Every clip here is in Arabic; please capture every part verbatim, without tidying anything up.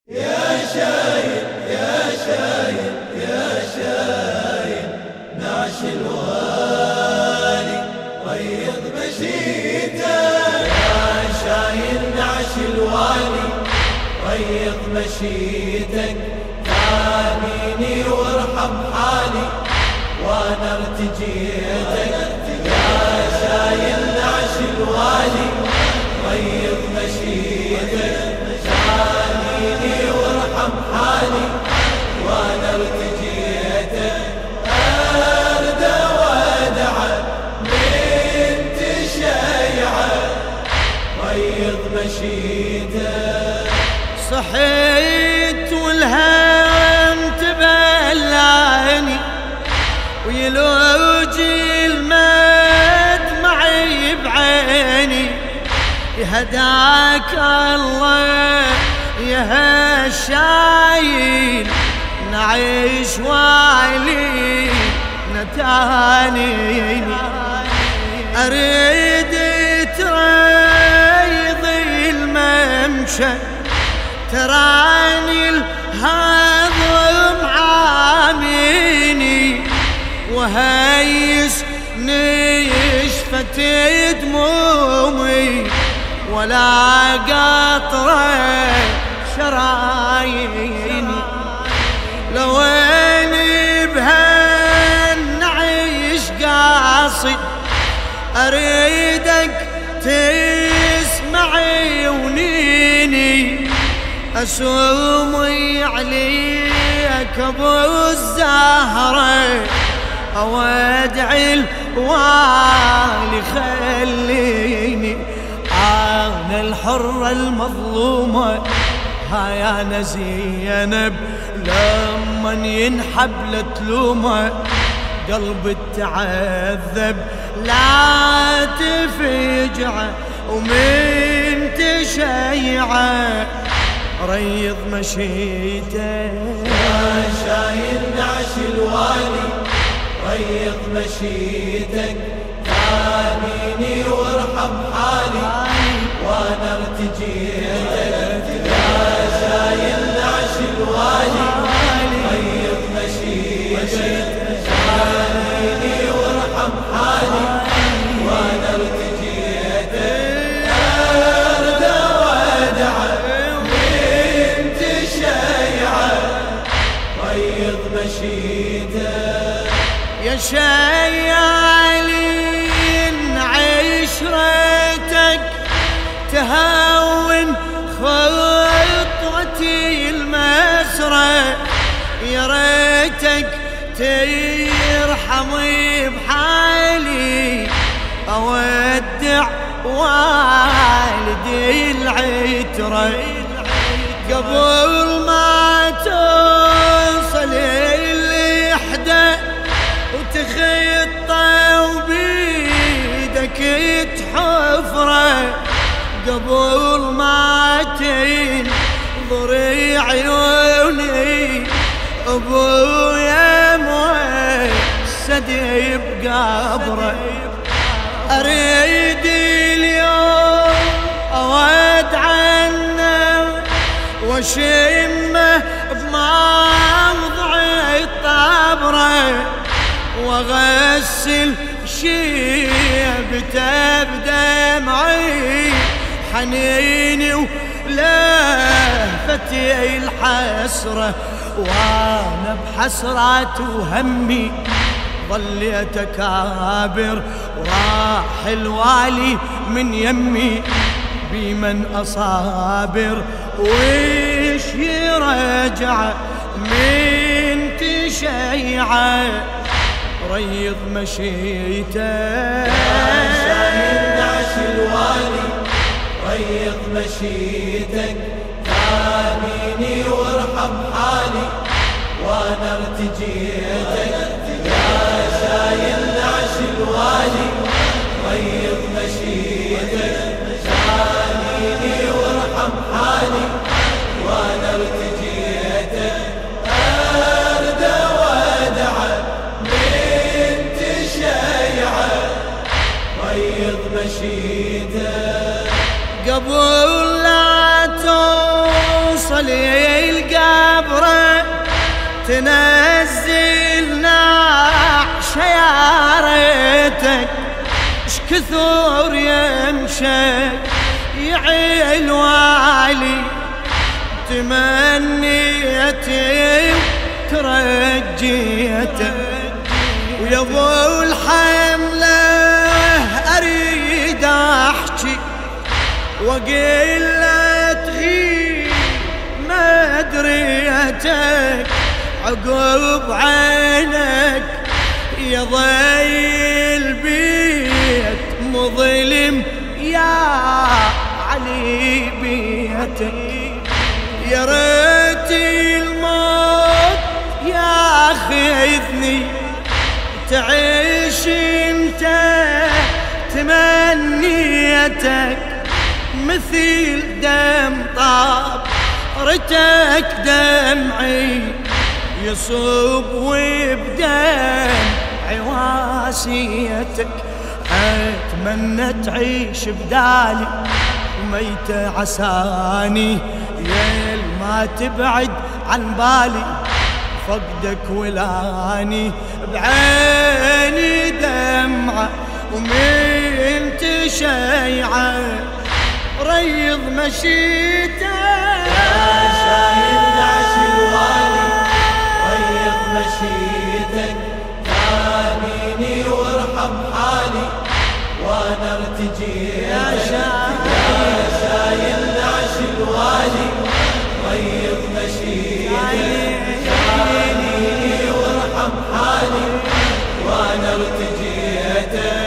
يا شايل يا شايل يا شايل نعش الوالي ريض مشيته، يا شايل نعش الوالي ريض مشيتك، ثانيني وارحم حالي وانا ارتجيتك، يا شايل نعش الوالي ريض مشيتك، ثانيني وارحم حالي وانا ارتجيتك، ارد وادعى بنت شيعة ريض مشيتك. صحيت والهم تبلعني ويلوجي المد معي بعيني، يهداك الله يا هالشايل نعيش والي نتانيني، أريد تريضي الممشى تراني الهضم عاميني، وهيس نشفت دمومي ولا قطرة شراييني، لو اني بهالنعيش قاصد اريدك تسمعي ونيني، اسومي عليك ابو الزهرة اودعي الوالي خليني، انا الحرة المظلومة هاي انا زينب لمن ينحب لتلومه، قلب التعذب لا تفجعه ومن تشيعه ريض مشيته، يا شايل نعش الوالي ريض مشيتك، ثانيني وارحم حالي وانا ارتجيتك، يا شايل نعش الوالي ريض مشيتك، ثانيني وارحم حالي وانا ارتجيتك، ارد وادعى بنت شيعة ريض مشيتك. يا شيالين عشرتك تهون خطوتي المسرى، يا ريتك ترحمي بحالي اودع والدي العترة، قبل ما توصل الوحدة وتخطى وبيدك تحفره، قبل ما تنظري عيوني ابويا موسد بقبره، اريد اليوم اودع عنه واشمه بموضع الطبره، واغسل شيبته بدمعي حنيني ولهفتي الحسرة، وانا بحسرات وهمي ظليت اكابر، وراح الوالي من يمي بمن اصابر، ويش يرجع من تشيعه ريض مشيته، يا شايل نعش الوالي ريض مشيتك، ثانيني وارحم حالي وانا ارتجيتك، يا شايل نعش الوالي ريض مشيتك، ثانيني وارحم حالي وانا ارتجيتك، ارد وادعى بنت شيعة ريض مشيتك، قبل لا توصل تنزل نعش يا ريتك اش كثر يمشي يعيل والي تمنيتي ترجيتك ويا ابو الحمله اريد احكي واقول لا تغيب ما دريتك عقب عينك يا ضي البيت مظلم يا علي بيتك يا ريت الموت ياخذني تعيش انت تمنيتك مثل دم طابرتك دمعي يصب وبدمعي واسيتك اتمنى تعيش بدالي وميتة عساني يا ما تبعد عن بالي فقدك ولاني بعيني دمعة ومن تشيعة ريض مشيته يا شايل نعش الوالي ريض مشيتك تانيني وارحم حالي وانا ارتجيتك يا شايل نعش الوالي ريض مشيتك تانيني وارحم حالي وانا ارتجيتك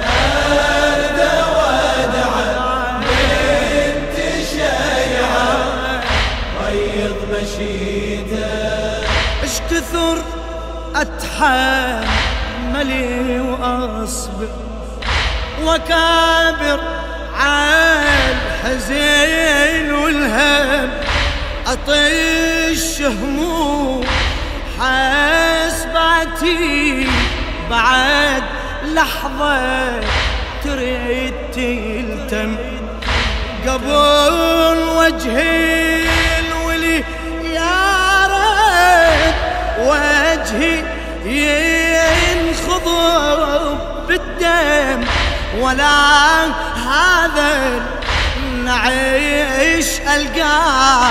اش كثر اتحملي واصبر وكابر عال الحزين والهم اطيش هموم حسباتي بعد لحظة تريد تلتم قبل وجهي الولي يا ريت وجهي ينخضب بالدم ولا هذا نعيش ألقاه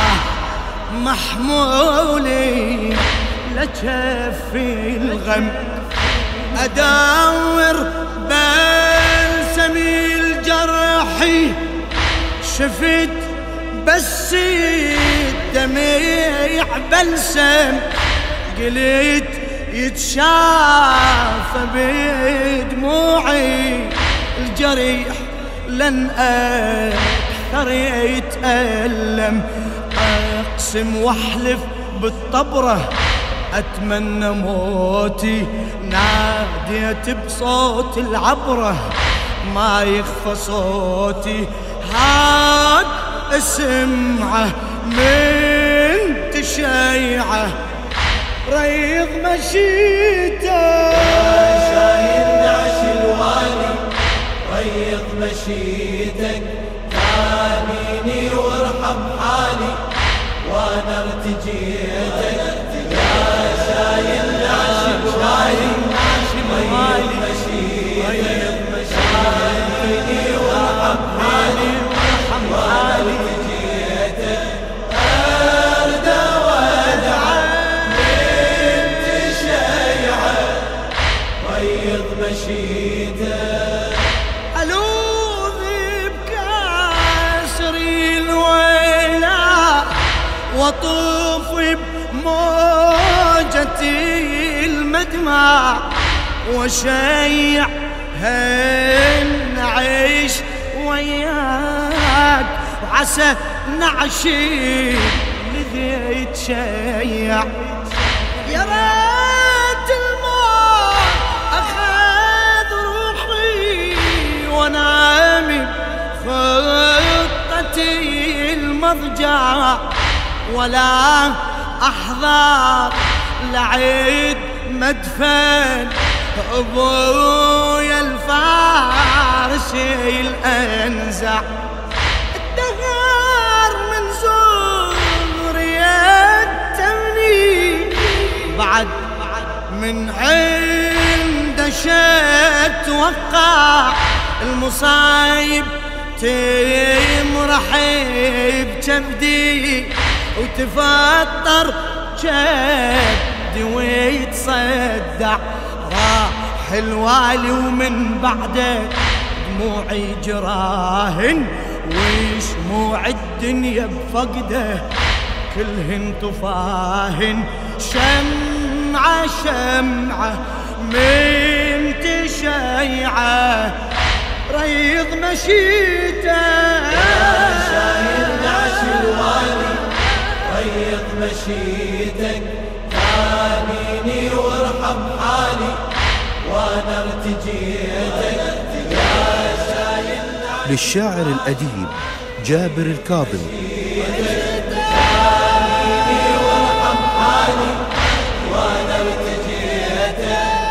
محمولي لجفي الغم أدور بلسمي الجرحي شفت بس الدميع بلسم قلت يتشاف بدموعي الجريح لن أكثر يتألم أقسم واحلف بالطبرة أتمنى موتي ناديت بصوت العبرة ما يخفى صوتي هاك اسمعه من تشيعه ريض مشيته يا شايل نعش الوالي ريض مشيتك تانيني وارحم حالي وانا ارتجيتك يا شايل نعش الوالي ريض مشيتك تانيني وارحم حالي وانا ارتجيتك ارد وادعى من تشيعه ريض مشيتك ألوذ بكسر الويلة وطوف بموجة المدمع وشيع هن نعيش وياك وعسى نعشي لذي يتشيع يا ريت الموت أخذ روحي ونامي خطتي المضجع ولا أحضر لعيد مدفن أبويا الفارسي الأنزع الدهر من زور يتمني ومن عنده شت وقع المصايب تمرح بجبدي وتفطر جبدي ويتصدع راح الوالي ومن بعده دموعي جراهن وشموع الدنيا بفقده كلهن طفاهن شمعة شمعة من تشيعه ريض مشيته يا شايل نعش الوالي ريض مشيتك تانيني وارحم حالي وانا ارتجيتك يا شايل نعش للشاعر الأديب جابر الكاظم. تانيني وارحم حالي وانا ارتجيتك